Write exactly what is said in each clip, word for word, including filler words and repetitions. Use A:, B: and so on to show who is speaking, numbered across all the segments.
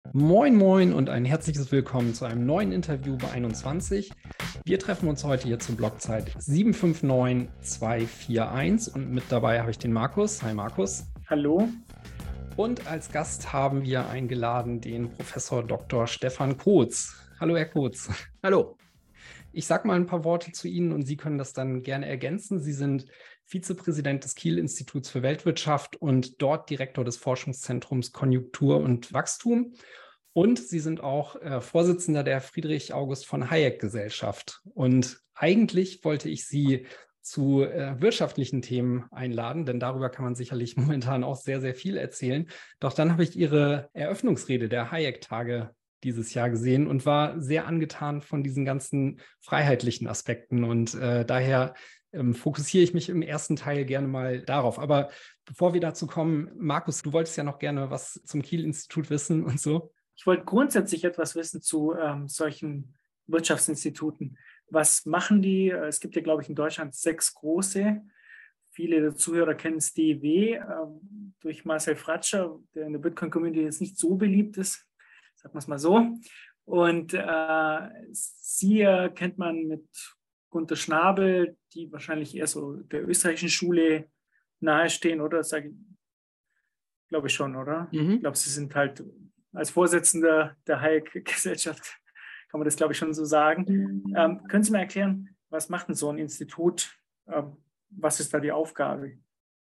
A: Moin Moin und ein herzliches Willkommen zu einem neuen Interview bei einundzwanzig. Wir treffen uns heute hier zur Blockzeit sieben fünf neun zwei vier eins und mit dabei habe ich den Markus. Hi Markus.
B: Hallo.
A: Und als Gast haben wir eingeladen den Professor Doktor Stefan Kotz. Hallo Herr Kotz.
C: Hallo.
A: Ich sage mal ein paar Worte zu Ihnen und Sie können das dann gerne ergänzen. Sie sind Vizepräsident des Kiel-Instituts für Weltwirtschaft und dort Direktor des Forschungszentrums Konjunktur und Wachstum. Und Sie sind auch äh, Vorsitzender der Friedrich-August-von-Hayek-Gesellschaft. Und eigentlich wollte ich Sie zu äh, wirtschaftlichen Themen einladen, denn darüber kann man sicherlich momentan auch sehr, sehr viel erzählen. Doch dann habe ich Ihre Eröffnungsrede der Hayek-Tage dieses Jahr gesehen und war sehr angetan von diesen ganzen freiheitlichen Aspekten. Und äh, daher ähm, fokussiere ich mich im ersten Teil gerne mal darauf. Aber bevor wir dazu kommen, Markus, du wolltest ja noch gerne was zum Kiel-Institut wissen und so.
B: Ich wollte grundsätzlich etwas wissen zu ähm, solchen Wirtschaftsinstituten. Was machen die? Es gibt ja, glaube ich, in Deutschland sechs große. Viele der Zuhörer kennen das D E W ähm, durch Marcel Fratscher, der in der Bitcoin-Community jetzt nicht so beliebt ist. Sagen wir es mal so. Und äh, sie äh, kennt man mit Gunter Schnabel, die wahrscheinlich eher so der österreichischen Schule nahestehen, oder? Sag ich, glaube ich schon, oder? Mhm. Ich glaube, sie sind halt als Vorsitzender der Hayek-Gesellschaft, kann man das, glaube ich, schon so sagen. Mhm. Ähm, können Sie mir erklären, was macht denn so ein Institut? Ähm, was ist da die Aufgabe?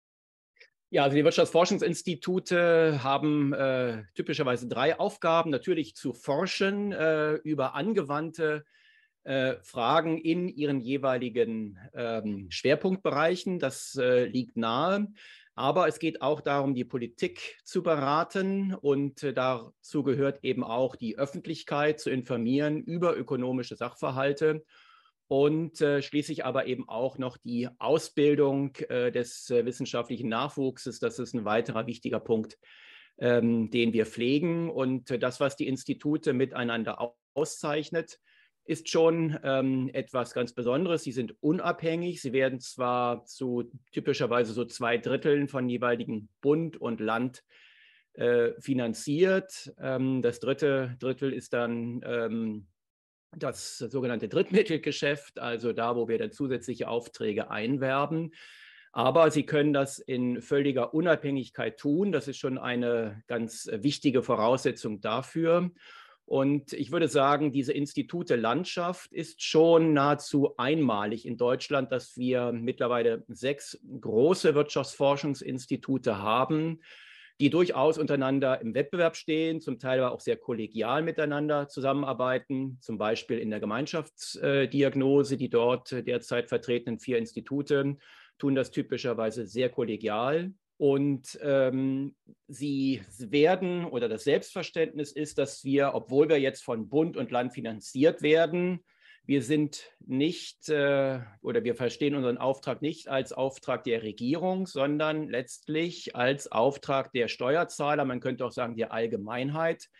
C: Ja, also die Wirtschaftsforschungsinstitute haben äh, typischerweise drei Aufgaben. Natürlich zu forschen äh, über angewandte äh, Fragen in ihren jeweiligen ähm, Schwerpunktbereichen. Das äh, liegt nahe. Aber es geht auch darum, die Politik zu beraten. Und äh, dazu gehört eben auch die Öffentlichkeit zu informieren über ökonomische Sachverhalte. Und äh, schließlich aber eben auch noch die Ausbildung äh, des äh, wissenschaftlichen Nachwuchses. Das ist ein weiterer wichtiger Punkt, ähm, den wir pflegen. Und äh, das, was die Institute miteinander auszeichnet, ist schon ähm, etwas ganz Besonderes. Sie sind unabhängig. Sie werden zwar zu typischerweise so zwei Dritteln von jeweiligen Bund und Land äh, finanziert. Ähm, das dritte Drittel ist dann ähm, das sogenannte Drittmittelgeschäft, also da, wo wir dann zusätzliche Aufträge einwerben. Aber sie können das in völliger Unabhängigkeit tun. Das ist schon eine ganz wichtige Voraussetzung dafür. Und ich würde sagen, diese Institute-Landschaft ist schon nahezu einmalig in Deutschland, dass wir mittlerweile sechs große Wirtschaftsforschungsinstitute haben, die durchaus untereinander im Wettbewerb stehen, zum Teil aber auch sehr kollegial miteinander zusammenarbeiten, zum Beispiel in der Gemeinschaftsdiagnose. Die dort derzeit vertretenen vier Institute tun das typischerweise sehr kollegial. Und ähm, sie werden, oder das Selbstverständnis ist, dass wir, obwohl wir jetzt von Bund und Land finanziert werden, wir sind nicht äh, oder wir verstehen unseren Auftrag nicht als Auftrag der Regierung, sondern letztlich als Auftrag der Steuerzahler, man könnte auch sagen der Allgemeinheit.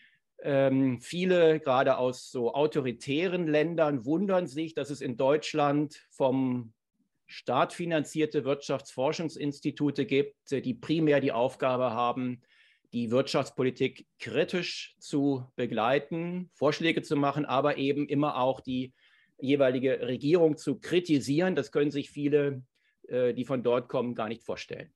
C: Ähm, viele, gerade aus so autoritären Ländern, wundern sich, dass es in Deutschland vom Staat finanzierte Wirtschaftsforschungsinstitute gibt, die primär die Aufgabe haben, die Wirtschaftspolitik kritisch zu begleiten, Vorschläge zu machen, aber eben immer auch die jeweilige Regierung zu kritisieren. Das können sich viele, die von dort kommen, gar nicht vorstellen.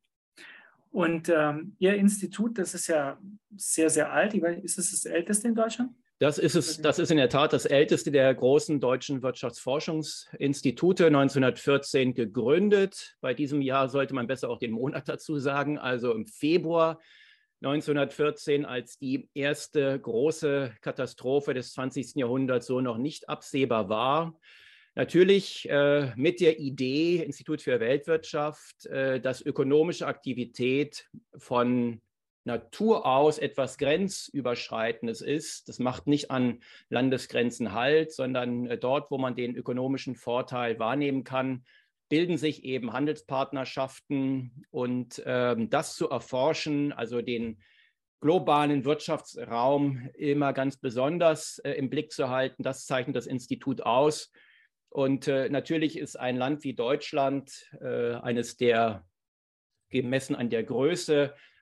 B: Und ähm, Ihr Institut, das ist ja sehr, sehr alt. Ist es das älteste in Deutschland?
C: Das ist es, das ist in der Tat das älteste der großen deutschen Wirtschaftsforschungsinstitute, neunzehnhundertvierzehn gegründet. Bei diesem Jahr sollte man besser auch den Monat dazu sagen, also im Februar neunzehnhundertvierzehn, als die erste große Katastrophe des zwanzigsten Jahrhunderts so noch nicht absehbar war. Natürlich äh, mit der Idee, Institut für Weltwirtschaft, äh, dass ökonomische Aktivität von Natur aus etwas Grenzüberschreitendes ist. Das macht nicht an Landesgrenzen Halt, sondern äh, dort, wo man den ökonomischen Vorteil wahrnehmen kann, bilden sich eben Handelspartnerschaften und ähm, das zu erforschen, also den globalen Wirtschaftsraum immer ganz besonders äh, im Blick zu halten, das zeichnet das Institut aus. Und äh, natürlich ist ein Land wie Deutschland, äh, eines der, gemessen an der Größe,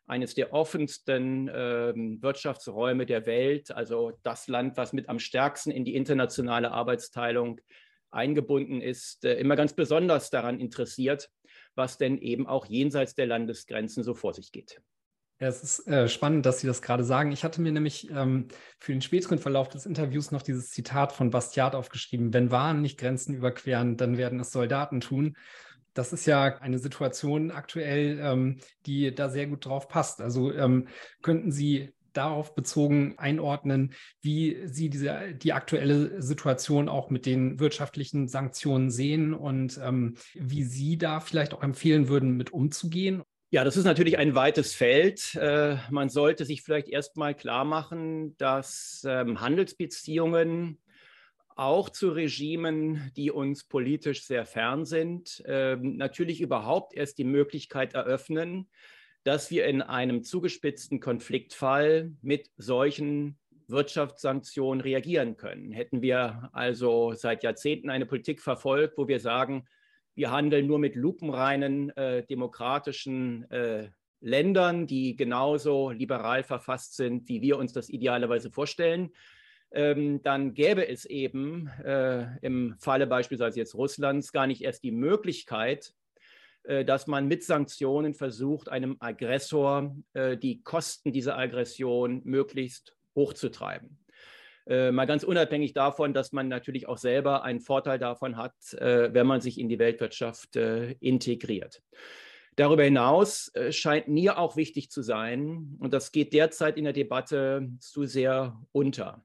C: eines der offensten äh, Wirtschaftsräume der Welt, also das Land, was mit am stärksten in die internationale Arbeitsteilung eingebunden ist, äh, immer ganz besonders daran interessiert, was denn eben auch jenseits der Landesgrenzen so vor sich geht.
A: Ja, es ist äh, spannend, dass Sie das gerade sagen. Ich hatte mir nämlich ähm, für den späteren Verlauf des Interviews noch dieses Zitat von Bastiat aufgeschrieben: Wenn Waren nicht Grenzen überqueren, dann werden es Soldaten tun. Das ist ja eine Situation aktuell, ähm, die da sehr gut drauf passt. Also ähm, könnten Sie darauf bezogen einordnen, wie Sie diese, die aktuelle Situation auch mit den wirtschaftlichen Sanktionen sehen und ähm, wie Sie da vielleicht auch empfehlen würden, mit umzugehen?
C: Ja, das ist natürlich ein weites Feld. Äh, man sollte sich vielleicht erstmal klar machen, dass ähm, Handelsbeziehungen auch zu Regimen, die uns politisch sehr fern sind, ähm, natürlich überhaupt erst die Möglichkeit eröffnen, dass wir in einem zugespitzten Konfliktfall mit solchen Wirtschaftssanktionen reagieren können. Hätten wir also seit Jahrzehnten eine Politik verfolgt, wo wir sagen, wir handeln nur mit lupenreinen äh, demokratischen äh, Ländern, die genauso liberal verfasst sind, wie wir uns das idealerweise vorstellen, ähm, dann gäbe es eben äh, im Falle beispielsweise jetzt Russlands gar nicht erst die Möglichkeit, äh, dass man mit Sanktionen versucht, einem Aggressor äh, die Kosten dieser Aggression möglichst hochzutreiben. Äh, mal ganz unabhängig davon, dass man natürlich auch selber einen Vorteil davon hat, äh, wenn man sich in die Weltwirtschaft äh, integriert. Darüber hinaus äh, scheint mir auch wichtig zu sein, und das geht derzeit in der Debatte zu sehr unter,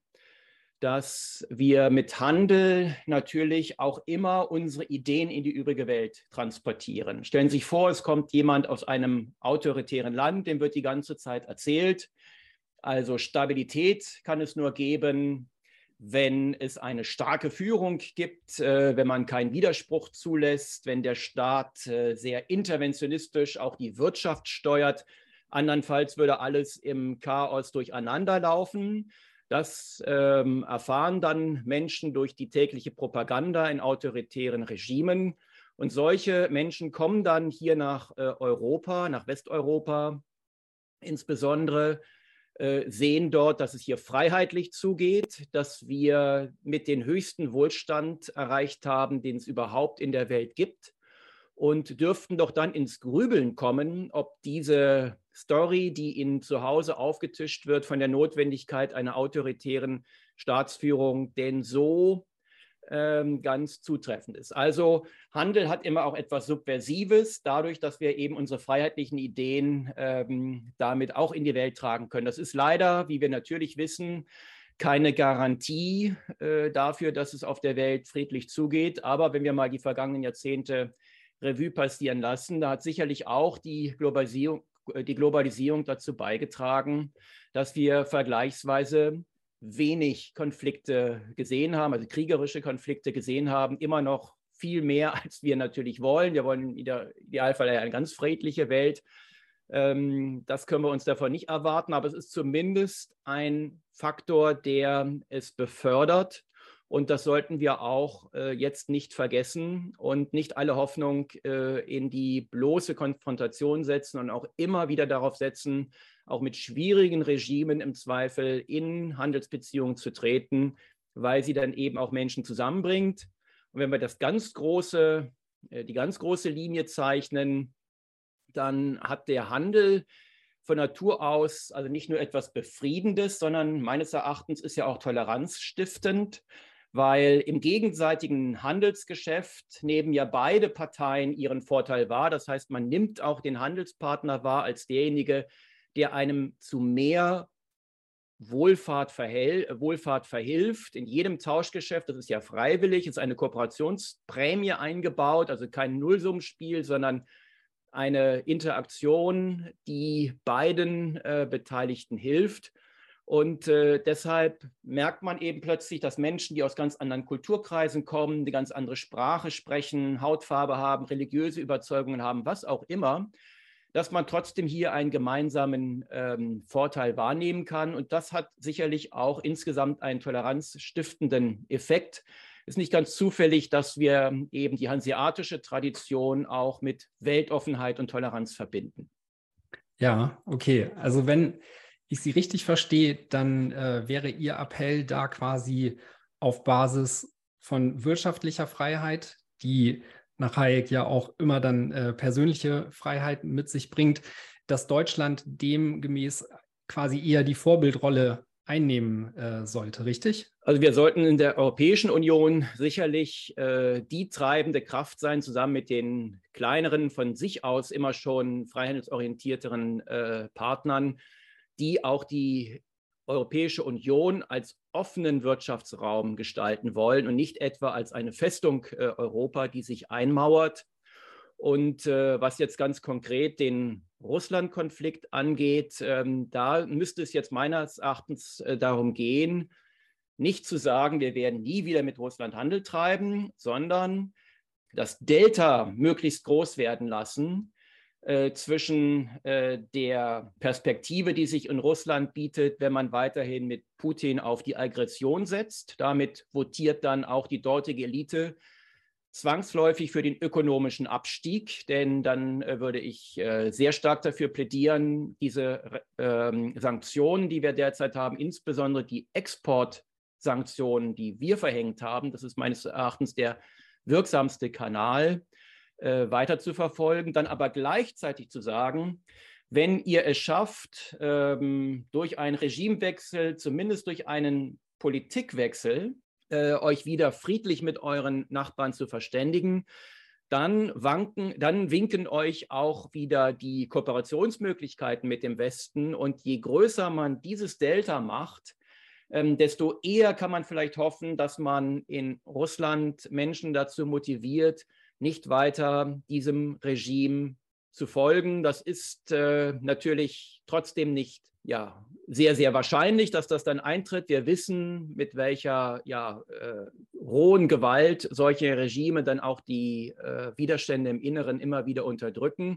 C: dass wir mit Handel natürlich auch immer unsere Ideen in die übrige Welt transportieren. Stellen Sie sich vor, es kommt jemand aus einem autoritären Land, dem wird die ganze Zeit erzählt, also Stabilität kann es nur geben, wenn es eine starke Führung gibt, äh, wenn man keinen Widerspruch zulässt, wenn der Staat äh, sehr interventionistisch auch die Wirtschaft steuert. Andernfalls würde alles im Chaos durcheinander laufen. Das ähm, erfahren dann Menschen durch die tägliche Propaganda in autoritären Regimen. Und solche Menschen kommen dann hier nach äh, Europa, nach Westeuropa insbesondere, sehen dort, dass es hier freiheitlich zugeht, dass wir mit den höchsten Wohlstand erreicht haben, den es überhaupt in der Welt gibt, und dürften doch dann ins Grübeln kommen, ob diese Story, die ihnen zu Hause aufgetischt wird von der Notwendigkeit einer autoritären Staatsführung, denn so ähm, ganz zutreffend ist. Also Handel hat immer auch etwas Subversives, dadurch, dass wir eben unsere freiheitlichen Ideen ähm, damit auch in die Welt tragen können. Das ist leider, wie wir natürlich wissen, keine Garantie äh, dafür, dass es auf der Welt friedlich zugeht. Aber wenn wir mal die vergangenen Jahrzehnte Revue passieren lassen, da hat sicherlich auch die Globalisierung, die Globalisierung dazu beigetragen, dass wir vergleichsweise wenig Konflikte gesehen haben, also kriegerische Konflikte gesehen haben, immer noch viel mehr, als wir natürlich wollen. Wir wollen im Idealfall eine ganz friedliche Welt. Ähm, das können wir uns davon nicht erwarten, aber es ist zumindest ein Faktor, der es befördert. Und das sollten wir auch äh, jetzt nicht vergessen und nicht alle Hoffnung äh, in die bloße Konfrontation setzen und auch immer wieder darauf setzen, auch mit schwierigen Regimen im Zweifel in Handelsbeziehungen zu treten, weil sie dann eben auch Menschen zusammenbringt. Und wenn wir das ganz große, äh, die ganz große Linie zeichnen, dann hat der Handel von Natur aus also nicht nur etwas Befriedendes, sondern meines Erachtens ist ja auch toleranzstiftend, weil im gegenseitigen Handelsgeschäft nehmen ja beide Parteien ihren Vorteil wahr. Das heißt, man nimmt auch den Handelspartner wahr als derjenige, der einem zu mehr Wohlfahrt, verhel Wohlfahrt verhilft. In jedem Tauschgeschäft, das ist ja freiwillig, ist eine Kooperationsprämie eingebaut, also kein Nullsummenspiel, sondern eine Interaktion, die beiden äh, Beteiligten hilft. Und äh, deshalb merkt man eben plötzlich, dass Menschen, die aus ganz anderen Kulturkreisen kommen, die ganz andere Sprache sprechen, Hautfarbe haben, religiöse Überzeugungen haben, was auch immer, dass man trotzdem hier einen gemeinsamen ähm, Vorteil wahrnehmen kann. Und das hat sicherlich auch insgesamt einen toleranzstiftenden Effekt. Es ist nicht ganz zufällig, dass wir eben die hanseatische Tradition auch mit Weltoffenheit und Toleranz verbinden.
A: Ja, okay. Also wenn ich Sie richtig verstehe, dann äh, wäre Ihr Appell da quasi auf Basis von wirtschaftlicher Freiheit, die nach Hayek ja auch immer dann äh, persönliche Freiheiten mit sich bringt, dass Deutschland demgemäß quasi eher die Vorbildrolle einnehmen äh, sollte, richtig?
C: Also wir sollten in der Europäischen Union sicherlich äh, die treibende Kraft sein, zusammen mit den kleineren, von sich aus immer schon freihandelsorientierteren äh, Partnern, die auch die Europäische Union als offenen Wirtschaftsraum gestalten wollen und nicht etwa als eine Festung äh, Europa, die sich einmauert. Und äh, was jetzt ganz konkret den Russland-Konflikt angeht, ähm, da müsste es jetzt meines Erachtens äh, darum gehen, nicht zu sagen, wir werden nie wieder mit Russland Handel treiben, sondern das Delta möglichst groß werden lassen äh, zwischen äh, der Perspektive, die sich in Russland bietet, wenn man weiterhin mit Putin auf die Aggression setzt. Damit votiert dann auch die dortige Elite zwangsläufig für den ökonomischen Abstieg, denn dann äh, würde ich äh, sehr stark dafür plädieren, diese äh, Sanktionen, die wir derzeit haben, insbesondere die Exportsanktionen, die wir verhängt haben, das ist meines Erachtens der wirksamste Kanal, äh, weiter zu verfolgen, dann aber gleichzeitig zu sagen, wenn ihr es schafft, ähm, durch einen Regimewechsel, zumindest durch einen Politikwechsel, Äh, euch wieder friedlich mit euren Nachbarn zu verständigen, dann, wanken, dann winken euch auch wieder die Kooperationsmöglichkeiten mit dem Westen. Und je größer man dieses Delta macht, ähm, desto eher kann man vielleicht hoffen, dass man in Russland Menschen dazu motiviert, nicht weiter diesem Regime zu folgen. Das ist äh, natürlich trotzdem nicht ja, sehr, sehr wahrscheinlich, dass das dann eintritt. Wir wissen, mit welcher ja, äh, rohen Gewalt solche Regime dann auch die äh, Widerstände im Inneren immer wieder unterdrücken.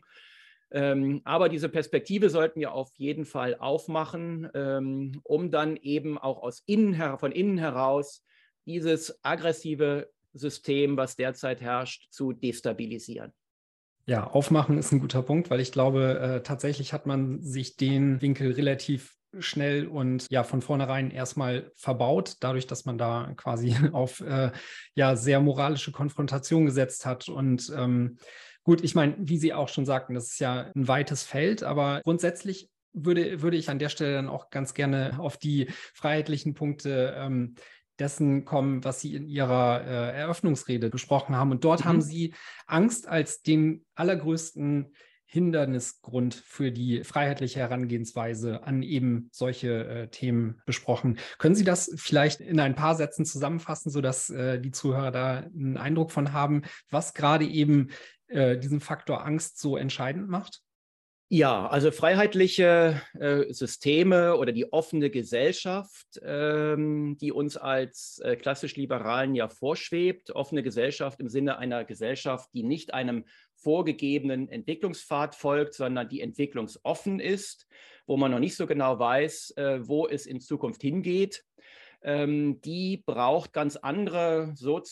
C: Ähm, aber diese Perspektive sollten wir auf jeden Fall aufmachen, ähm, um dann eben auch aus innen, von innen heraus dieses aggressive System, was derzeit herrscht, zu destabilisieren.
A: Ja, aufmachen ist ein guter Punkt, weil ich glaube, äh, tatsächlich hat man sich den Winkel relativ schnell und ja von vornherein erstmal verbaut, dadurch, dass man da quasi auf äh, ja sehr moralische Konfrontation gesetzt hat. Und ähm, gut, ich meine, wie Sie auch schon sagten, das ist ja ein weites Feld, aber grundsätzlich würde, würde ich an der Stelle dann auch ganz gerne auf die freiheitlichen Punkte ähm, dessen kommen, was Sie in Ihrer äh, Eröffnungsrede besprochen haben. Und dort mhm. haben Sie Angst als den allergrößten Hindernisgrund für die freiheitliche Herangehensweise an eben solche äh, Themen besprochen. Können Sie das vielleicht in ein paar Sätzen zusammenfassen, sodass äh, die Zuhörer da einen Eindruck von haben, was gerade eben äh, diesen Faktor Angst so entscheidend macht?
C: Ja, also freiheitliche äh, Systeme oder die offene Gesellschaft, ähm, die uns als äh, klassisch Liberalen ja vorschwebt, offene Gesellschaft im Sinne einer Gesellschaft, die nicht einem vorgegebenen Entwicklungspfad folgt, sondern die entwicklungsoffen ist, wo man noch nicht so genau weiß, äh, wo es in Zukunft hingeht. Ähm, die braucht ganz andere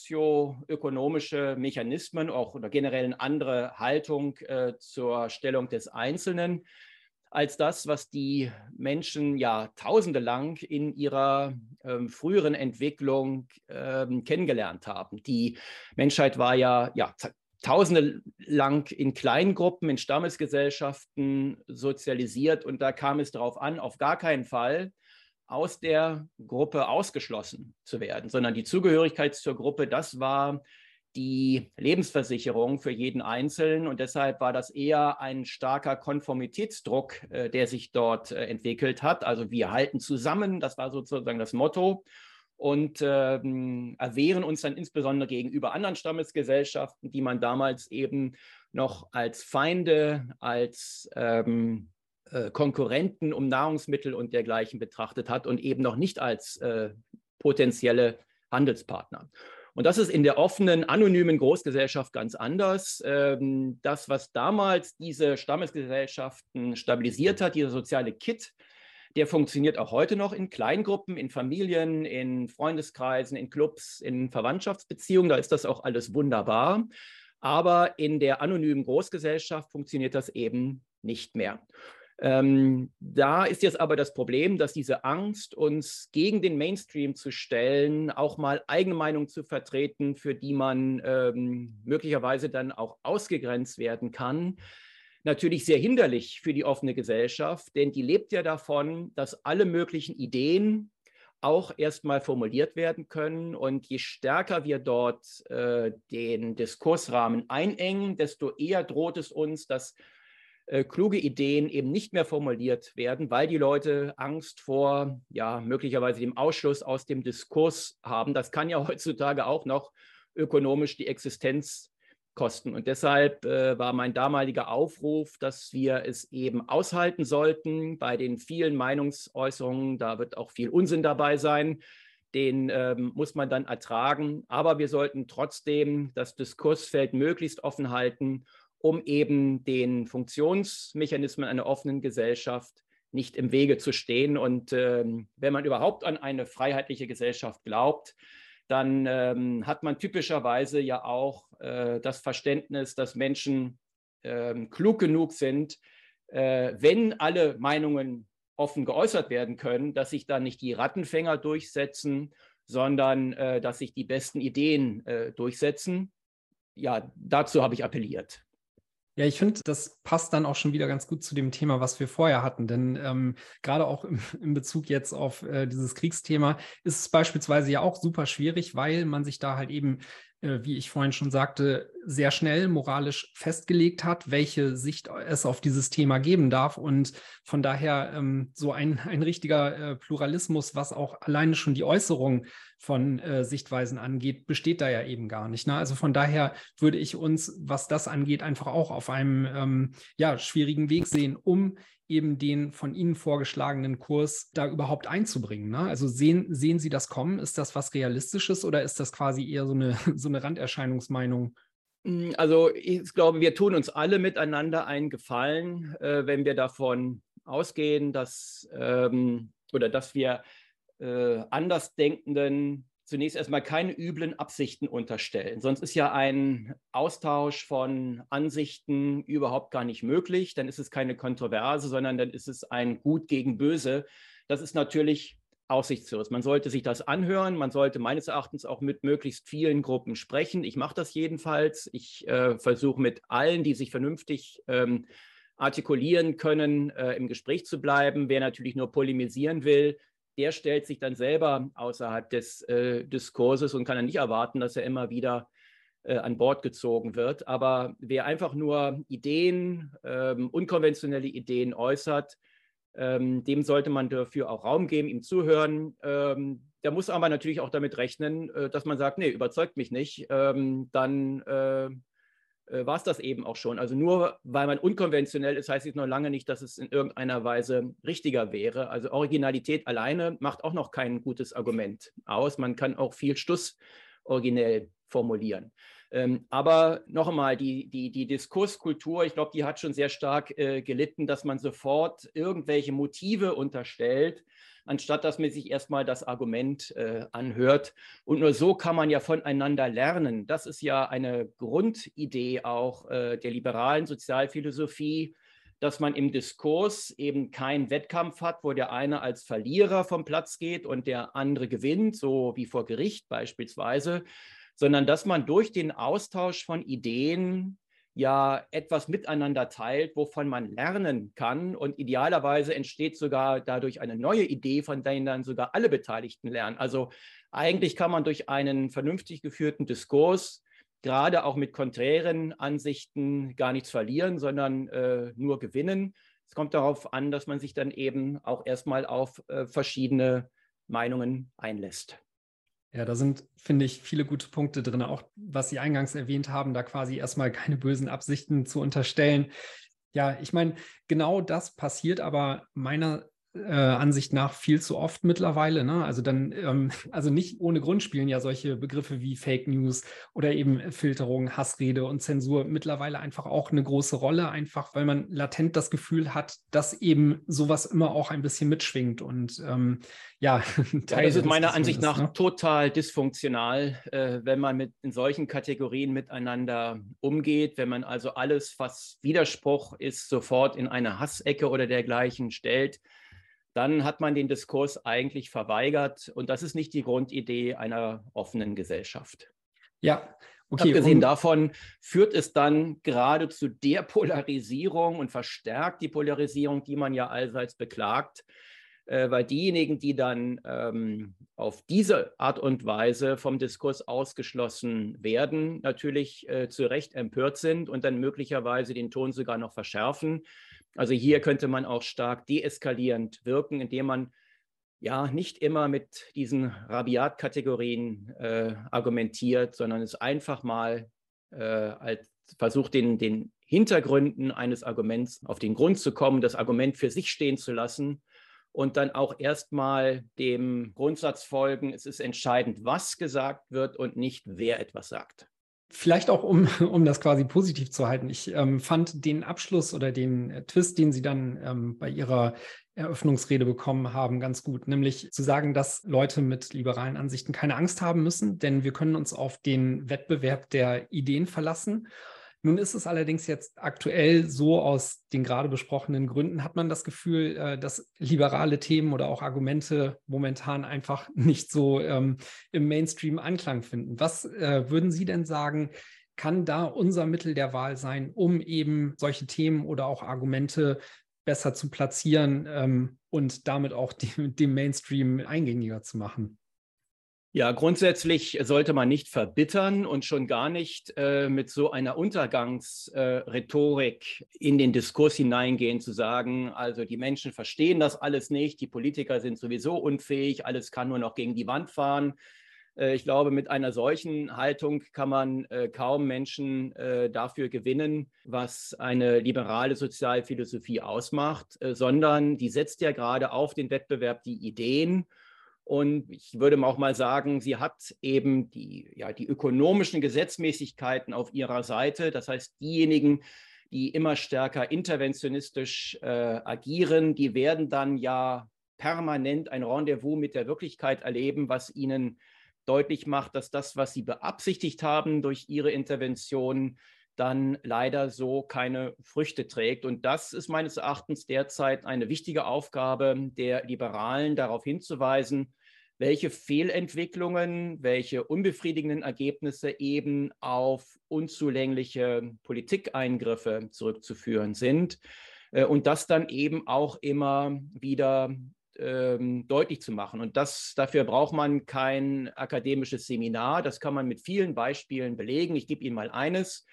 C: sozioökonomische Mechanismen auch oder generell eine andere Haltung äh, zur Stellung des Einzelnen als das, was die Menschen Jahrtausende lang in ihrer ähm, früheren Entwicklung ähm, kennengelernt haben. Die Menschheit war ja, ja Tausende lang in Kleingruppen, in Stammesgesellschaften sozialisiert und da kam es darauf an, auf gar keinen Fall aus der Gruppe ausgeschlossen zu werden, sondern die Zugehörigkeit zur Gruppe, das war die Lebensversicherung für jeden Einzelnen und deshalb war das eher ein starker Konformitätsdruck, äh, der sich dort äh, entwickelt hat. Also wir halten zusammen, das war sozusagen das Motto und ähm, erwehren uns dann insbesondere gegenüber anderen Stammesgesellschaften, die man damals eben noch als Feinde, als ähm, Konkurrenten um Nahrungsmittel und dergleichen betrachtet hat und eben noch nicht als äh, potenzielle Handelspartner. Und das ist in der offenen, anonymen Großgesellschaft ganz anders. Ähm, das, was damals diese Stammesgesellschaften stabilisiert hat, dieser soziale Kit, der funktioniert auch heute noch in Kleingruppen, in Familien, in Freundeskreisen, in Clubs, in Verwandtschaftsbeziehungen. Da ist das auch alles wunderbar. Aber in der anonymen Großgesellschaft funktioniert das eben nicht mehr. Ähm, da ist jetzt aber das Problem, dass diese Angst, uns gegen den Mainstream zu stellen, auch mal eigene Meinung zu vertreten, für die man ähm, möglicherweise dann auch ausgegrenzt werden kann, natürlich sehr hinderlich für die offene Gesellschaft, denn die lebt ja davon, dass alle möglichen Ideen auch erstmal formuliert werden können. Und je stärker wir dort äh, den Diskursrahmen einengen, desto eher droht es uns, dass äh, kluge Ideen eben nicht mehr formuliert werden, weil die Leute Angst vor, ja, möglicherweise dem Ausschluss aus dem Diskurs haben. Das kann ja heutzutage auch noch ökonomisch die Existenz kosten. Und deshalb äh, war mein damaliger Aufruf, dass wir es eben aushalten sollten bei den vielen Meinungsäußerungen. Da wird auch viel Unsinn dabei sein. Den ähm, muss man dann ertragen. Aber wir sollten trotzdem das Diskursfeld möglichst offen halten, um eben den Funktionsmechanismen einer offenen Gesellschaft nicht im Wege zu stehen. Und ähm, wenn man überhaupt an eine freiheitliche Gesellschaft glaubt, dann ähm, hat man typischerweise ja auch äh, das Verständnis, dass Menschen äh, klug genug sind, äh, wenn alle Meinungen offen geäußert werden können, dass sich dann nicht die Rattenfänger durchsetzen, sondern äh, dass sich die besten Ideen äh, durchsetzen. Ja, dazu habe ich appelliert.
A: Ja, ich finde, das passt dann auch schon wieder ganz gut zu dem Thema, was wir vorher hatten. Denn ähm, gerade auch im, in Bezug jetzt auf äh, dieses Kriegsthema ist es beispielsweise ja auch super schwierig, weil man sich da halt eben, äh, wie ich vorhin schon sagte, sehr schnell moralisch festgelegt hat, welche Sicht es auf dieses Thema geben darf. Und von daher ähm, so ein, ein richtiger äh, Pluralismus, was auch alleine schon die Äußerung von äh, Sichtweisen angeht, besteht da ja eben gar nicht. Ne? Also von daher würde ich uns, was das angeht, einfach auch auf einem ähm, ja, schwierigen Weg sehen, um eben den von Ihnen vorgeschlagenen Kurs da überhaupt einzubringen. Ne? Also sehen, sehen Sie das kommen? Ist das was Realistisches oder ist das quasi eher so eine, so eine Randerscheinungsmeinung?
C: Also ich glaube, wir tun uns alle miteinander einen Gefallen, äh, wenn wir davon ausgehen, dass, ähm, oder dass wir äh, Andersdenkenden zunächst erstmal keine üblen Absichten unterstellen. Sonst ist ja ein Austausch von Ansichten überhaupt gar nicht möglich. Dann ist es keine Kontroverse, sondern dann ist es ein Gut gegen Böse. Das ist natürlich aussichtslos. Man sollte sich das anhören. Man sollte meines Erachtens auch mit möglichst vielen Gruppen sprechen. Ich mache das jedenfalls. Ich äh, versuche mit allen, die sich vernünftig ähm, artikulieren können, äh, im Gespräch zu bleiben. Wer natürlich nur polemisieren will, der stellt sich dann selber außerhalb des äh, Diskurses und kann dann nicht erwarten, dass er immer wieder äh, an Bord gezogen wird. Aber wer einfach nur Ideen, ähm, unkonventionelle Ideen äußert, ähm, dem sollte man dafür auch Raum geben, ihm zuhören. Ähm, der muss aber natürlich auch damit rechnen, äh, dass man sagt, nee, überzeugt mich nicht, ähm, dann äh, äh, war es das eben auch schon. Also nur weil man unkonventionell ist, heißt es noch lange nicht, dass es in irgendeiner Weise richtiger wäre. Also Originalität alleine macht auch noch kein gutes Argument aus. Man kann auch viel Stuss originell formulieren. Ähm, aber noch einmal, die, die, die Diskurskultur, ich glaube, die hat schon sehr stark äh, gelitten, dass man sofort irgendwelche Motive unterstellt, anstatt dass man sich erstmal das Argument äh, anhört. Und nur so kann man ja voneinander lernen. Das ist ja eine Grundidee auch äh, der liberalen Sozialphilosophie, dass man im Diskurs eben keinen Wettkampf hat, wo der eine als Verlierer vom Platz geht und der andere gewinnt, so wie vor Gericht beispielsweise, sondern dass man durch den Austausch von Ideen ja etwas miteinander teilt, wovon man lernen kann. Und idealerweise entsteht sogar dadurch eine neue Idee, von der dann sogar alle Beteiligten lernen. Also eigentlich kann man durch einen vernünftig geführten Diskurs, gerade auch mit konträren Ansichten, gar nichts verlieren, sondern äh, nur gewinnen. Es kommt darauf an, dass man sich dann eben auch erstmal auf äh, verschiedene Meinungen einlässt.
A: Ja, da sind, finde ich, viele gute Punkte drin, auch was Sie eingangs erwähnt haben, da quasi erstmal keine bösen Absichten zu unterstellen. Ja, ich meine, genau das passiert aber meiner äh, Ansicht nach viel zu oft mittlerweile. Ne? Also dann, ähm, also nicht ohne Grund spielen ja solche Begriffe wie Fake News oder eben Filterung, Hassrede und Zensur mittlerweile einfach auch eine große Rolle, einfach weil man latent das Gefühl hat, dass eben sowas immer auch ein bisschen mitschwingt und ähm, ja,
C: Teil ja, das ist meiner Ansicht
A: ist,
C: nach
A: ne?
C: total dysfunktional, äh, wenn man mit in solchen Kategorien miteinander umgeht, wenn man also alles, was Widerspruch ist, sofort in eine Hassecke oder dergleichen stellt, dann hat man den Diskurs eigentlich verweigert und das ist nicht die Grundidee einer offenen Gesellschaft.
A: Ja, okay.
C: Abgesehen
A: um
C: davon führt es dann gerade zu der Polarisierung und verstärkt die Polarisierung, die man ja allseits beklagt, äh, weil diejenigen, die dann ähm, auf diese Art und Weise vom Diskurs ausgeschlossen werden, natürlich äh, zu Recht empört sind und dann möglicherweise den Ton sogar noch verschärfen. Also hier könnte man auch stark deeskalierend wirken, indem man ja nicht immer mit diesen Rabiat-Kategorien äh, argumentiert, sondern es einfach mal äh, als versucht, den, den Hintergründen eines Arguments auf den Grund zu kommen, das Argument für sich stehen zu lassen und dann auch erstmal dem Grundsatz folgen, es ist entscheidend, was gesagt wird und nicht, wer etwas sagt.
A: Vielleicht auch, um, um das quasi positiv zu halten. Ich ähm, fand den Abschluss oder den äh, Twist, den Sie dann ähm, bei Ihrer Eröffnungsrede bekommen haben, ganz gut. Nämlich zu sagen, dass Leute mit liberalen Ansichten keine Angst haben müssen, denn wir können uns auf den Wettbewerb der Ideen verlassen. Nun ist es allerdings jetzt aktuell so, aus den gerade besprochenen Gründen hat man das Gefühl, äh, dass liberale Themen oder auch Argumente momentan einfach nicht so ähm, im Mainstream Anklang finden. Was äh, würden Sie denn sagen, kann da unser Mittel der Wahl sein, um eben solche Themen oder auch Argumente besser zu platzieren ähm, und damit auch die, dem Mainstream eingängiger zu machen?
C: Ja, grundsätzlich sollte man nicht verbittern und schon gar nicht äh, mit so einer Untergangsrhetorik äh, in den Diskurs hineingehen, zu sagen, also die Menschen verstehen das alles nicht, die Politiker sind sowieso unfähig, alles kann nur noch gegen die Wand fahren. Äh, ich glaube, mit einer solchen Haltung kann man äh, kaum Menschen äh, dafür gewinnen, was eine liberale Sozialphilosophie ausmacht, äh, sondern die setzt ja gerade auf den Wettbewerb die Ideen. Und ich würde auch mal sagen, sie hat eben die, ja, die ökonomischen Gesetzmäßigkeiten auf ihrer Seite. Das heißt, diejenigen, die immer stärker interventionistisch äh, agieren, die werden dann ja permanent ein Rendezvous mit der Wirklichkeit erleben, was ihnen deutlich macht, dass das, was sie beabsichtigt haben durch ihre Intervention, dann leider so keine Früchte trägt. Und das ist meines Erachtens derzeit eine wichtige Aufgabe der Liberalen, darauf hinzuweisen, welche Fehlentwicklungen, welche unbefriedigenden Ergebnisse eben auf unzulängliche Politikeingriffe zurückzuführen sind. Und das dann eben auch immer wieder ähm, deutlich zu machen. Und das, dafür braucht man kein akademisches Seminar. Das kann man mit vielen Beispielen belegen. Ich gebe Ihnen mal eines.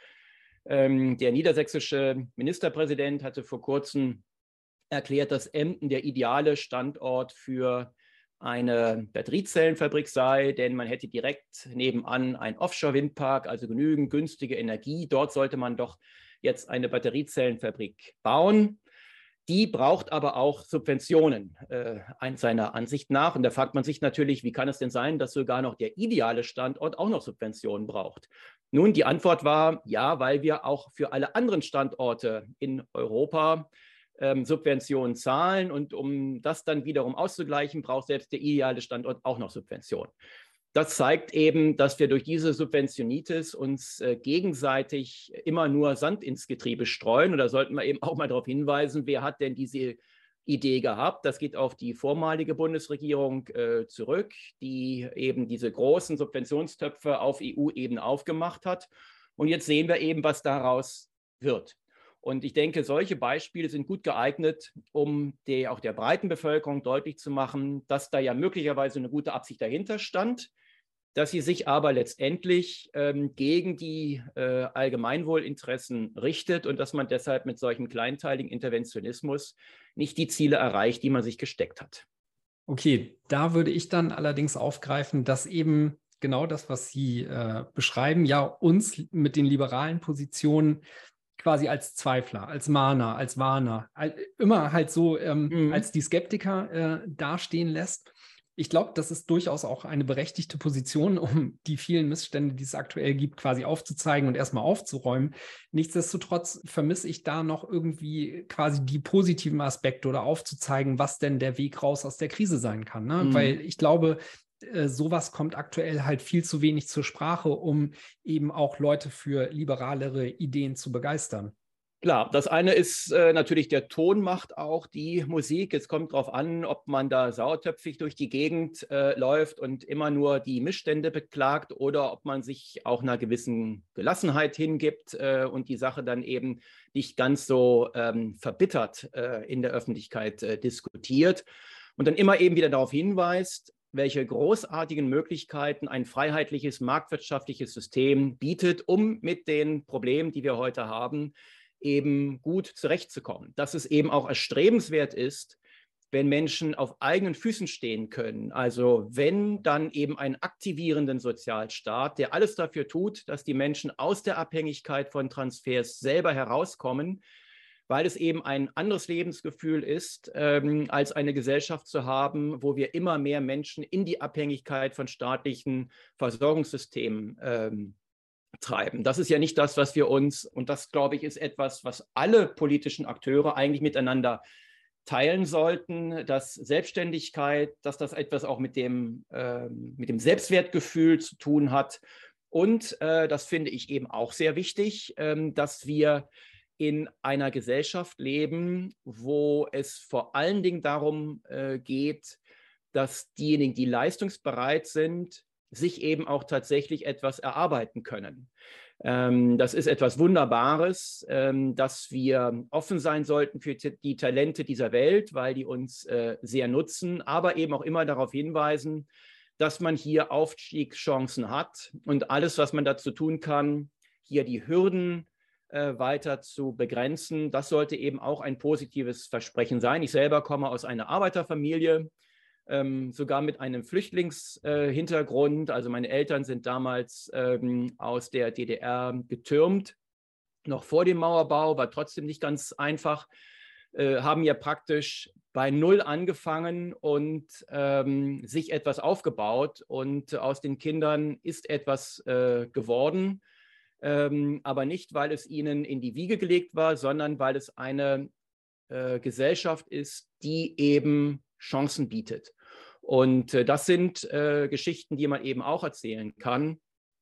C: Ähm, der niedersächsische Ministerpräsident hatte vor kurzem erklärt, dass Emden der ideale Standort für eine Batteriezellenfabrik sei, denn man hätte direkt nebenan einen Offshore-Windpark, also genügend günstige Energie. Dort sollte man doch jetzt eine Batteriezellenfabrik bauen. Die braucht aber auch Subventionen, äh, seiner Ansicht nach. Und da fragt man sich natürlich, wie kann es denn sein, dass sogar noch der ideale Standort auch noch Subventionen braucht? Nun, die Antwort war, ja, weil wir auch für alle anderen Standorte in Europa ähm, Subventionen zahlen. Und um das dann wiederum auszugleichen, braucht selbst der ideale Standort auch noch Subventionen. Das zeigt eben, dass wir durch diese Subventionitis uns äh, gegenseitig immer nur Sand ins Getriebe streuen. Und da sollten wir eben auch mal darauf hinweisen, wer hat denn diese Idee gehabt. Das geht auf die vormalige Bundesregierung äh, zurück, die eben diese großen Subventionstöpfe auf E U-Ebene aufgemacht hat. Und jetzt sehen wir eben, was daraus wird. Und ich denke, solche Beispiele sind gut geeignet, um die, auch der breiten Bevölkerung deutlich zu machen, dass da ja möglicherweise eine gute Absicht dahinter stand, dass sie sich aber letztendlich ähm, gegen die äh, Allgemeinwohlinteressen richtet und dass man deshalb mit solchem kleinteiligen Interventionismus nicht die Ziele erreicht, die man sich gesteckt hat.
A: Okay, da würde ich dann allerdings aufgreifen, dass eben genau das, was Sie äh, beschreiben, ja uns mit den liberalen Positionen quasi als Zweifler, als Mahner, als Warner, all, immer halt so ähm, mhm. als die Skeptiker äh, dastehen lässt. Ich glaube, das ist durchaus auch eine berechtigte Position, um die vielen Missstände, die es aktuell gibt, quasi aufzuzeigen und erstmal aufzuräumen. Nichtsdestotrotz vermisse ich da noch irgendwie quasi die positiven Aspekte oder aufzuzeigen, was denn der Weg raus aus der Krise sein kann. Ne? Mhm. Weil ich glaube, äh, sowas kommt aktuell halt viel zu wenig zur Sprache, um eben auch Leute für liberalere Ideen zu begeistern.
C: Klar, das eine ist äh, natürlich, der Ton macht auch die Musik. Es kommt darauf an, ob man da sauertöpfig durch die Gegend äh, läuft und immer nur die Missstände beklagt oder ob man sich auch einer gewissen Gelassenheit hingibt äh, und die Sache dann eben nicht ganz so ähm, verbittert äh, in der Öffentlichkeit äh, diskutiert und dann immer eben wieder darauf hinweist, welche großartigen Möglichkeiten ein freiheitliches, marktwirtschaftliches System bietet, um mit den Problemen, die wir heute haben, eben gut zurechtzukommen. Dass es eben auch erstrebenswert ist, wenn Menschen auf eigenen Füßen stehen können. Also wenn dann eben einen aktivierenden Sozialstaat, der alles dafür tut, dass die Menschen aus der Abhängigkeit von Transfers selber herauskommen, weil es eben ein anderes Lebensgefühl ist, ähm, als eine Gesellschaft zu haben, wo wir immer mehr Menschen in die Abhängigkeit von staatlichen Versorgungssystemen ähm, treiben. Das ist ja nicht das, was wir uns, und das, glaube ich, ist etwas, was alle politischen Akteure eigentlich miteinander teilen sollten, dass Selbstständigkeit, dass das etwas auch mit dem, äh, mit dem Selbstwertgefühl zu tun hat. Und äh, das finde ich eben auch sehr wichtig, äh, dass wir in einer Gesellschaft leben, wo es vor allen Dingen darum äh, geht, dass diejenigen, die leistungsbereit sind, sich eben auch tatsächlich etwas erarbeiten können. Ähm, das ist etwas Wunderbares, ähm, dass wir offen sein sollten für die Talente dieser Welt, weil die uns äh, sehr nutzen, aber eben auch immer darauf hinweisen, dass man hier Aufstiegschancen hat und alles, was man dazu tun kann, hier die Hürden äh, weiter zu begrenzen, das sollte eben auch ein positives Versprechen sein. Ich selber komme aus einer Arbeiterfamilie, Ähm, sogar mit einem Flüchtlingshintergrund. Äh, also meine Eltern sind damals ähm, aus der D D R getürmt, noch vor dem Mauerbau, war trotzdem nicht ganz einfach, äh, haben ja praktisch bei Null angefangen und ähm, sich etwas aufgebaut und aus den Kindern ist etwas äh, geworden, ähm, aber nicht, weil es ihnen in die Wiege gelegt war, sondern weil es eine äh, Gesellschaft ist, die eben Chancen bietet. Und äh, das sind äh, Geschichten, die man eben auch erzählen kann.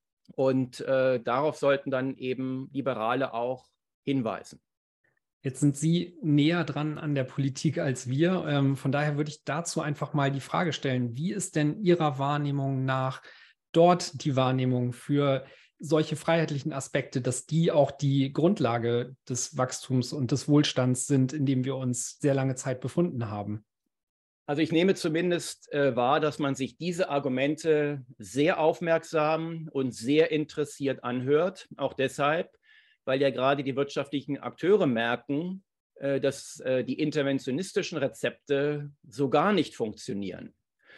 C: Und äh, darauf sollten dann eben Liberale auch hinweisen.
A: Jetzt sind Sie näher dran an der Politik als wir. Ähm, von daher würde ich dazu einfach mal die Frage stellen, wie ist denn Ihrer Wahrnehmung nach dort die Wahrnehmung für solche freiheitlichen Aspekte, dass die auch die Grundlage des Wachstums und des Wohlstands sind, in dem wir uns sehr lange Zeit befunden haben?
C: Also ich nehme zumindest äh, wahr, dass man sich diese Argumente sehr aufmerksam und sehr interessiert anhört. Auch deshalb, weil ja gerade die wirtschaftlichen Akteure merken, äh, dass äh, die interventionistischen Rezepte so gar nicht funktionieren.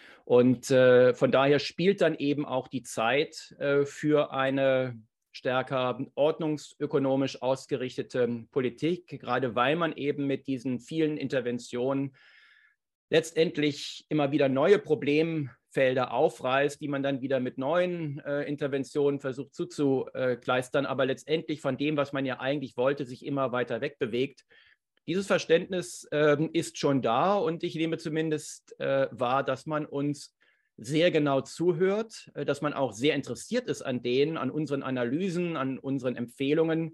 C: Und äh, von daher spielt dann eben auch die Zeit äh, für eine stärker ordnungsökonomisch ausgerichtete Politik, gerade weil man eben mit diesen vielen Interventionen letztendlich immer wieder neue Problemfelder aufreißt, die man dann wieder mit neuen äh, Interventionen versucht zuzukleistern, aber letztendlich von dem, was man ja eigentlich wollte, sich immer weiter wegbewegt. Dieses Verständnis äh, ist schon da und ich nehme zumindest äh, wahr, dass man uns sehr genau zuhört, äh, dass man auch sehr interessiert ist an denen, an unseren Analysen, an unseren Empfehlungen,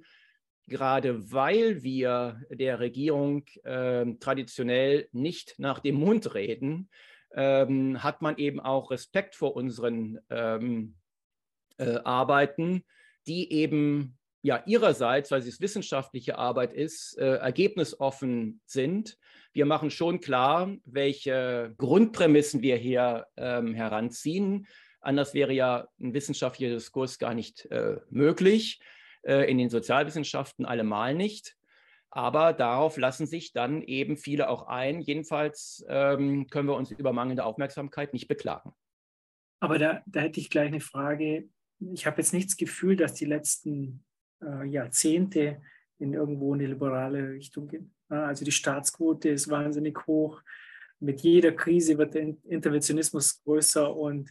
C: gerade weil wir der Regierung äh, traditionell nicht nach dem Mund reden, ähm, hat man eben auch Respekt vor unseren ähm, äh, Arbeiten, die eben ja ihrerseits, weil es wissenschaftliche Arbeit ist, äh, ergebnisoffen sind. Wir machen schon klar, welche Grundprämissen wir hier ähm, heranziehen. Anders wäre ja ein wissenschaftlicher Diskurs gar nicht äh, möglich. In den Sozialwissenschaften allemal nicht. Aber darauf lassen sich dann eben viele auch ein. Jedenfalls ähm, können wir uns über mangelnde Aufmerksamkeit nicht beklagen.
B: Aber da, da hätte ich gleich eine Frage. Ich habe jetzt nicht das Gefühl, dass die letzten äh, Jahrzehnte in irgendwo eine liberale Richtung geht. Also die Staatsquote ist wahnsinnig hoch. Mit jeder Krise wird der Interventionismus größer und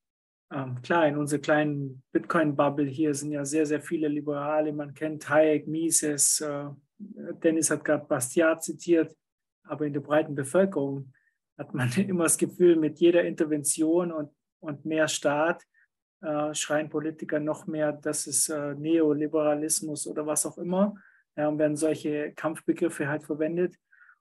B: ähm, klar, in unserer kleinen Bitcoin-Bubble hier sind ja sehr, sehr viele Liberale. Man kennt Hayek, Mises, äh, Dennis hat gerade Bastiat zitiert, aber in der breiten Bevölkerung hat man immer das Gefühl, mit jeder Intervention und, und mehr Staat äh, schreien Politiker noch mehr, das ist äh, Neoliberalismus oder was auch immer. Ja, und werden solche Kampfbegriffe halt verwendet.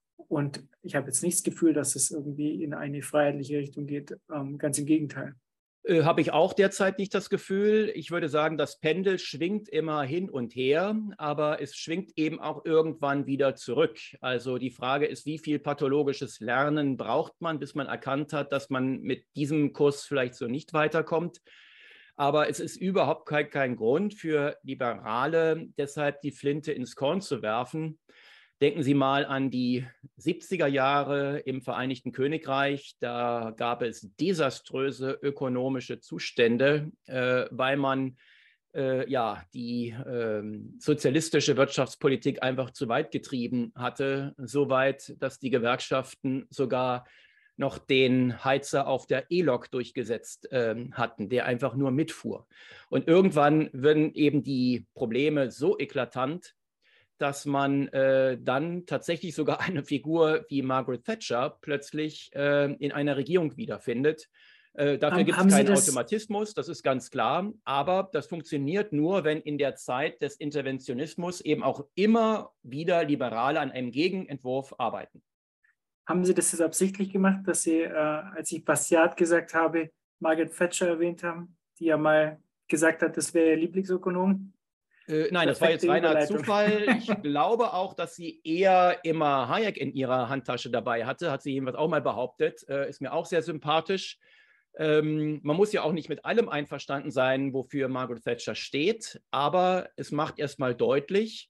B: Und ich habe jetzt nicht das Gefühl, dass es irgendwie in eine freiheitliche Richtung geht. Ähm, ganz im Gegenteil.
C: Äh, habe ich auch derzeit nicht das Gefühl. Ich würde sagen, das Pendel schwingt immer hin und her, aber es schwingt eben auch irgendwann wieder zurück. Also die Frage ist, wie viel pathologisches Lernen braucht man, bis man erkannt hat, dass man mit diesem Kurs vielleicht so nicht weiterkommt. Aber es ist überhaupt kein, kein Grund für Liberale, deshalb die Flinte ins Korn zu werfen. Denken Sie mal an die siebziger Jahre im Vereinigten Königreich. Da gab es desaströse ökonomische Zustände, äh, weil man äh, ja, die äh, sozialistische Wirtschaftspolitik einfach zu weit getrieben hatte. So weit, dass die Gewerkschaften sogar noch den Heizer auf der E-Lok durchgesetzt äh, hatten, der einfach nur mitfuhr. Und irgendwann werden eben die Probleme so eklatant, dass man äh, dann tatsächlich sogar eine Figur wie Margaret Thatcher plötzlich äh, in einer Regierung wiederfindet. Äh, dafür um, gibt es keinen das... Automatismus, das ist ganz klar. Aber das funktioniert nur, wenn in der Zeit des Interventionismus eben auch immer wieder Liberale an einem Gegenentwurf arbeiten.
B: Haben Sie das jetzt absichtlich gemacht, dass Sie, äh, als ich Bastiat gesagt habe, Margaret Thatcher erwähnt haben, die ja mal gesagt hat, das wäre Ihr Lieblingsökonom?
C: Äh, nein, das war jetzt reiner Zufall. Ich glaube auch, dass sie eher immer Hayek in ihrer Handtasche dabei hatte, hat sie jedenfalls auch mal behauptet. Äh, ist mir auch sehr sympathisch. Ähm, man muss ja auch nicht mit allem einverstanden sein, wofür Margaret Thatcher steht, aber es macht erstmal deutlich,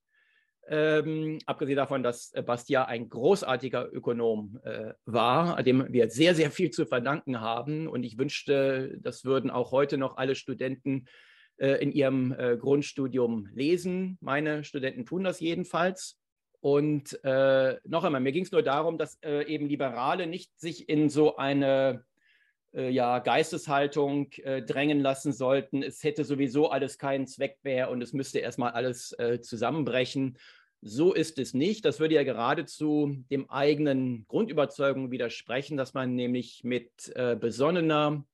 C: ähm, abgesehen davon, dass Bastiat ein großartiger Ökonom äh, war, dem wir sehr, sehr viel zu verdanken haben. Und ich wünschte, das würden auch heute noch alle Studenten in ihrem äh, Grundstudium lesen. Meine Studenten tun das jedenfalls. Und äh, noch einmal, mir ging es nur darum, dass äh, eben Liberale nicht sich in so eine äh, ja, Geisteshaltung äh, drängen lassen sollten. Es hätte sowieso alles keinen Zweck mehr und es müsste erstmal alles äh, zusammenbrechen. So ist es nicht. Das würde ja geradezu dem eigenen Grundüberzeugung widersprechen, dass man nämlich mit äh, besonnener,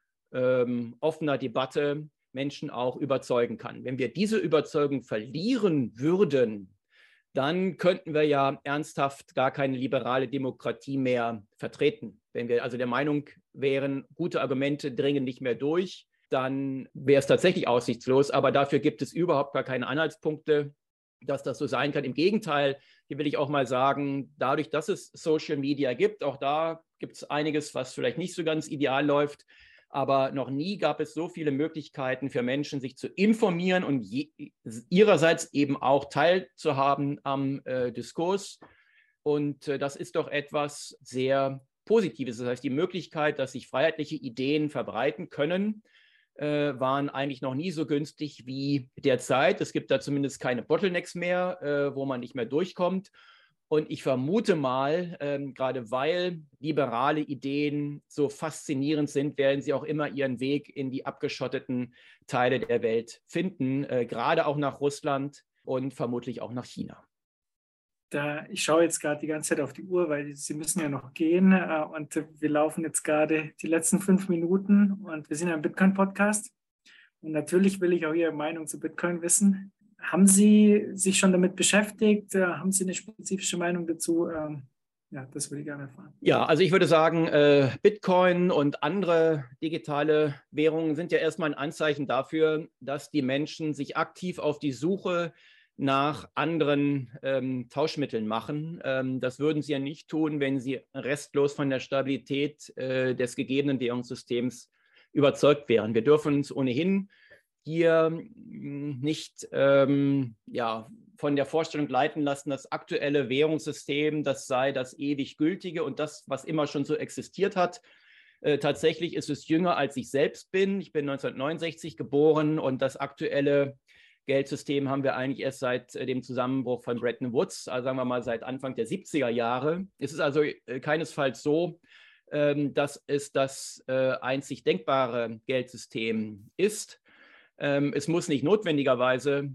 C: ähm, offener Debatte Menschen auch überzeugen kann. Wenn wir diese Überzeugung verlieren würden, dann könnten wir ja ernsthaft gar keine liberale Demokratie mehr vertreten. Wenn wir also der Meinung wären, gute Argumente dringen nicht mehr durch, dann wäre es tatsächlich aussichtslos. Aber dafür gibt es überhaupt gar keine Anhaltspunkte, dass das so sein kann. Im Gegenteil, hier will ich auch mal sagen, dadurch, dass es Social Media gibt, auch da gibt es einiges, was vielleicht nicht so ganz ideal läuft. Aber noch nie gab es so viele Möglichkeiten für Menschen, sich zu informieren und je, ihrerseits eben auch teilzuhaben am äh, Diskurs. Und äh, das ist doch etwas sehr Positives. Das heißt, die Möglichkeit, dass sich freiheitliche Ideen verbreiten können, äh, waren eigentlich noch nie so günstig wie derzeit. Es gibt da zumindest keine Bottlenecks mehr, äh, wo man nicht mehr durchkommt. Und ich vermute mal, ähm, gerade weil liberale Ideen so faszinierend sind, werden sie auch immer ihren Weg in die abgeschotteten Teile der Welt finden, äh, gerade auch nach Russland und vermutlich auch nach China.
B: Da, ich schaue jetzt gerade die ganze Zeit auf die Uhr, weil Sie müssen ja noch gehen. Äh, und wir laufen jetzt gerade die letzten fünf Minuten und wir sind ja im Bitcoin-Podcast. Und natürlich will ich auch Ihre Meinung zu Bitcoin wissen. Haben Sie sich schon damit beschäftigt? Haben Sie eine spezifische Meinung dazu? Ja, das würde ich gerne erfahren.
C: Ja, also ich würde sagen, Bitcoin und andere digitale Währungen sind ja erstmal ein Anzeichen dafür, dass die Menschen sich aktiv auf die Suche nach anderen ähm, Tauschmitteln machen. Ähm, das würden sie ja nicht tun, wenn sie restlos von der Stabilität äh, des gegebenen Währungssystems überzeugt wären. Wir dürfen uns ohnehin hier nicht ähm, ja, von der Vorstellung leiten lassen, das aktuelle Währungssystem, das sei das ewig gültige und das, was immer schon so existiert hat. Äh, tatsächlich ist es jünger, als ich selbst bin. Ich bin neunzehnhundertneunundsechzig geboren und das aktuelle Geldsystem haben wir eigentlich erst seit dem Zusammenbruch von Bretton Woods, also sagen wir mal seit Anfang der siebziger Jahre. Es ist also keinesfalls so, dass es das einzig denkbare Geldsystem ist. Es muss nicht notwendigerweise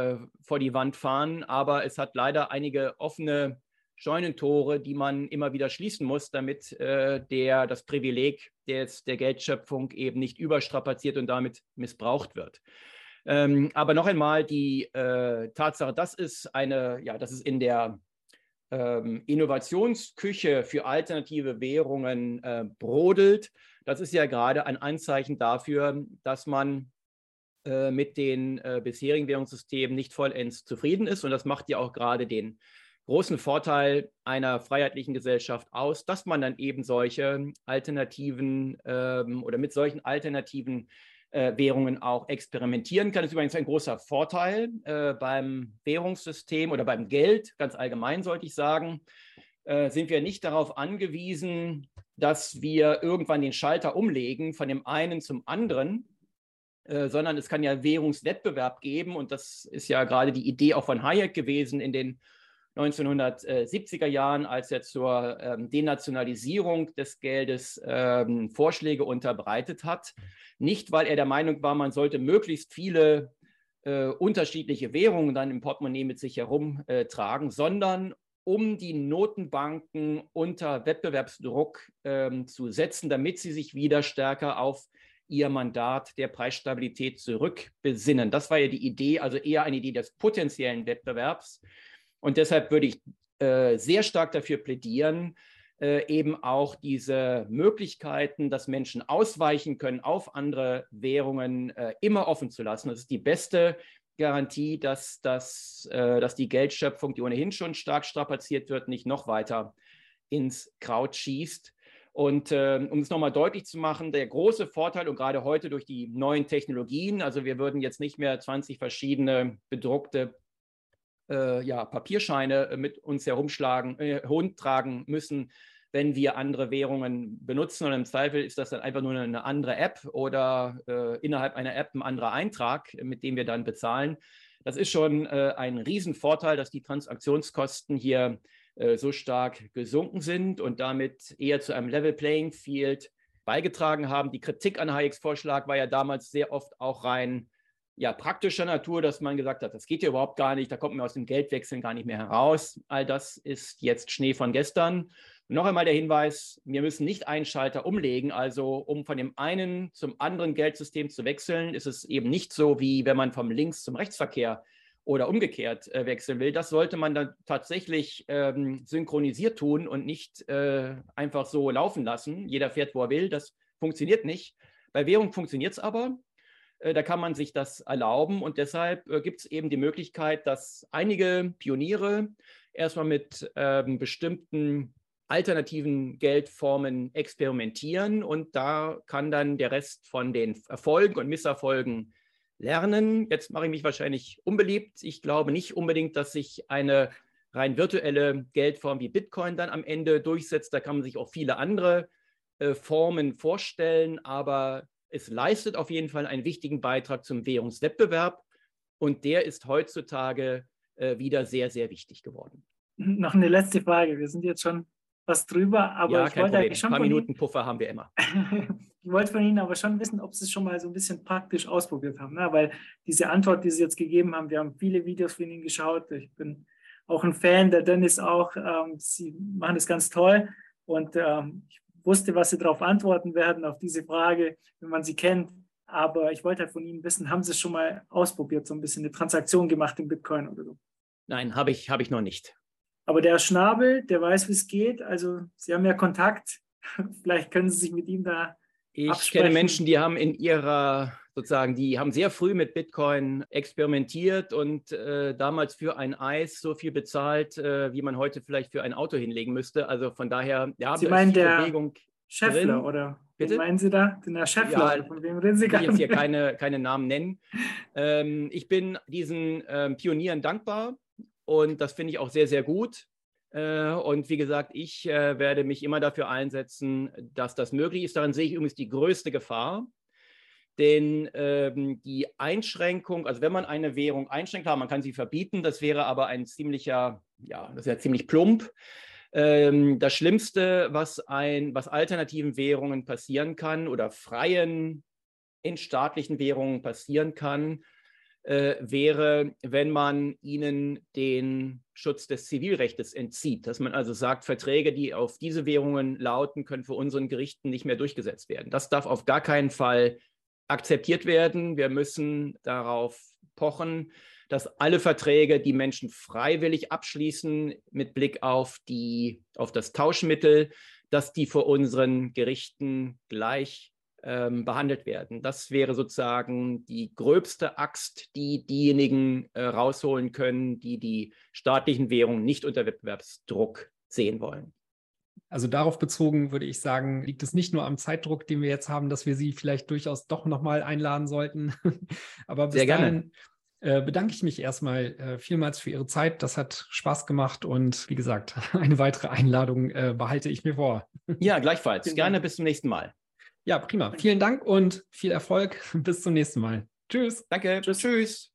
C: vor die Wand fahren, aber es hat leider einige offene Scheunentore, die man immer wieder schließen muss, damit der, das Privileg des, der Geldschöpfung eben nicht überstrapaziert und damit missbraucht wird. Ähm, aber noch einmal die äh, Tatsache, dass es, eine, ja, dass es in der ähm, Innovationsküche für alternative Währungen äh, brodelt, das ist ja gerade ein Anzeichen dafür, dass man äh, mit den äh, bisherigen Währungssystemen nicht vollends zufrieden ist. Und das macht ja auch gerade den großen Vorteil einer freiheitlichen Gesellschaft aus, dass man dann eben solche alternativen ähm, oder mit solchen alternativen Äh, Währungen auch experimentieren kann. Das ist übrigens ein großer Vorteil äh, beim Währungssystem oder beim Geld, ganz allgemein sollte ich sagen, äh, sind wir nicht darauf angewiesen, dass wir irgendwann den Schalter umlegen von dem einen zum anderen, äh, sondern es kann ja Währungswettbewerb geben und das ist ja gerade die Idee auch von Hayek gewesen in den neunzehnhundertsiebziger Jahren, als er zur ähm, Denationalisierung des Geldes ähm, Vorschläge unterbreitet hat. Nicht, weil er der Meinung war, man sollte möglichst viele äh, unterschiedliche Währungen dann im Portemonnaie mit sich herumtragen, äh, sondern um die Notenbanken unter Wettbewerbsdruck ähm, zu setzen, damit sie sich wieder stärker auf ihr Mandat der Preisstabilität zurückbesinnen. Das war ja die Idee, also eher eine Idee des potenziellen Wettbewerbs. Und deshalb würde ich äh, sehr stark dafür plädieren, äh, eben auch diese Möglichkeiten, dass Menschen ausweichen können auf andere Währungen, äh, immer offen zu lassen. Das ist die beste Garantie, dass, dass, äh, dass die Geldschöpfung, die ohnehin schon stark strapaziert wird, nicht noch weiter ins Kraut schießt. Und äh, um es nochmal deutlich zu machen, der große Vorteil und gerade heute durch die neuen Technologien, also wir würden jetzt nicht mehr zwanzig verschiedene bedruckte Äh, ja, Papierscheine mit uns herumschlagen, äh, herumtragen müssen, wenn wir andere Währungen benutzen. Und im Zweifel ist das dann einfach nur eine andere App oder äh, innerhalb einer App ein anderer Eintrag, mit dem wir dann bezahlen. Das ist schon äh, ein Riesenvorteil, dass die Transaktionskosten hier äh, so stark gesunken sind und damit eher zu einem Level Playing Field beigetragen haben. Die Kritik an Hayeks Vorschlag war ja damals sehr oft auch rein ja, praktischer Natur, dass man gesagt hat, das geht ja überhaupt gar nicht, da kommt man aus dem Geldwechseln gar nicht mehr heraus. All das ist jetzt Schnee von gestern. Und noch einmal der Hinweis, wir müssen nicht einen Schalter umlegen, also um von dem einen zum anderen Geldsystem zu wechseln, ist es eben nicht so, wie wenn man vom Links- zum Rechtsverkehr oder umgekehrt äh, wechseln will. Das sollte man dann tatsächlich ähm, synchronisiert tun und nicht äh, einfach so laufen lassen. Jeder fährt, wo er will, das funktioniert nicht. Bei Währung funktioniert es aber. Da kann man sich das erlauben und deshalb äh, gibt es eben die Möglichkeit, dass einige Pioniere erstmal mit ähm, bestimmten alternativen Geldformen experimentieren und da kann dann der Rest von den Erfolgen und Misserfolgen lernen. Jetzt mache ich mich wahrscheinlich unbeliebt. Ich glaube nicht unbedingt, dass sich eine rein virtuelle Geldform wie Bitcoin dann am Ende durchsetzt. Da kann man sich auch viele andere äh, Formen vorstellen, aber es leistet auf jeden Fall einen wichtigen Beitrag zum Währungswettbewerb und der ist heutzutage äh, wieder sehr, sehr wichtig geworden.
B: Noch eine letzte Frage. Wir sind jetzt schon fast drüber, aber
C: ja,
B: ich
C: kein
B: wollte
C: Problem.
B: schon
C: ein paar
B: von
C: Minuten
B: Ihnen,
C: Puffer haben wir immer.
B: ich wollte von Ihnen aber schon wissen, ob Sie es schon mal so ein bisschen praktisch ausprobiert haben, ne? Weil diese Antwort, die Sie jetzt gegeben haben, wir haben viele Videos von Ihnen geschaut. Ich bin auch ein Fan, der Dennis auch. Ähm, Sie machen das ganz toll und ähm, ich wusste, was Sie darauf antworten werden, auf diese Frage, wenn man sie kennt. Aber ich wollte halt von Ihnen wissen, haben Sie es schon mal ausprobiert, so ein bisschen eine Transaktion gemacht in Bitcoin oder so?
C: Nein, habe ich, hab ich noch nicht.
B: Aber der Schnabel, der weiß, wie es geht. Also Sie haben ja Kontakt. Vielleicht können Sie sich mit ihm da
C: Ich
B: absprechen.
C: kenne Menschen, die haben in ihrer, sozusagen, die haben sehr früh mit Bitcoin experimentiert und äh, damals für ein Eis so viel bezahlt, äh, wie man heute vielleicht für ein Auto hinlegen müsste. Also von daher, ja,
B: Sie meinen der
C: Bewegung
B: Scheffler,
C: drin.
B: oder?
C: Bitte?
B: Wen meinen Sie da? Den Herr Scheffler,
C: Ja,
B: von wem reden Sie
C: ich will
B: gerade?
C: jetzt hier keine, keine Namen nennen. Ähm, ich bin diesen ähm, Pionieren dankbar und das finde ich auch sehr, sehr gut. Äh, und wie gesagt, ich äh, werde mich immer dafür einsetzen, dass das möglich ist. Darin sehe ich übrigens die größte Gefahr. Denn ähm, die Einschränkung, also wenn man eine Währung einschränkt, klar, man kann sie verbieten, das wäre aber ein ziemlicher, ja, das ist ja ziemlich plump. Ähm, das Schlimmste, was, ein, was alternativen Währungen passieren kann oder freien in staatlichen Währungen passieren kann, äh, wäre, wenn man ihnen den Schutz des Zivilrechts entzieht. Dass man also sagt, Verträge, die auf diese Währungen lauten, können vor unseren Gerichten nicht mehr durchgesetzt werden. Das darf auf gar keinen Fall akzeptiert werden. Wir müssen darauf pochen, dass alle Verträge, die Menschen freiwillig abschließen mit Blick auf, die, auf das Tauschmittel, dass die vor unseren Gerichten gleich ähm, behandelt werden. Das wäre sozusagen die gröbste Axt, die diejenigen äh, rausholen können, die die staatlichen Währungen nicht unter Wettbewerbsdruck sehen wollen.
A: Also darauf bezogen würde ich sagen, liegt es nicht nur am Zeitdruck, den wir jetzt haben, dass wir Sie vielleicht durchaus doch nochmal einladen sollten. Aber bis
C: Sehr gerne.
A: dahin äh, bedanke ich mich erstmal äh, vielmals für Ihre Zeit. Das hat Spaß gemacht und wie gesagt, eine weitere Einladung äh, behalte ich mir vor.
C: Ja, gleichfalls. Gerne bis zum nächsten Mal.
A: Ja, prima. Vielen Dank und viel Erfolg. Bis zum nächsten Mal. Tschüss.
C: Danke.
B: Tschüss.
C: Tschüss.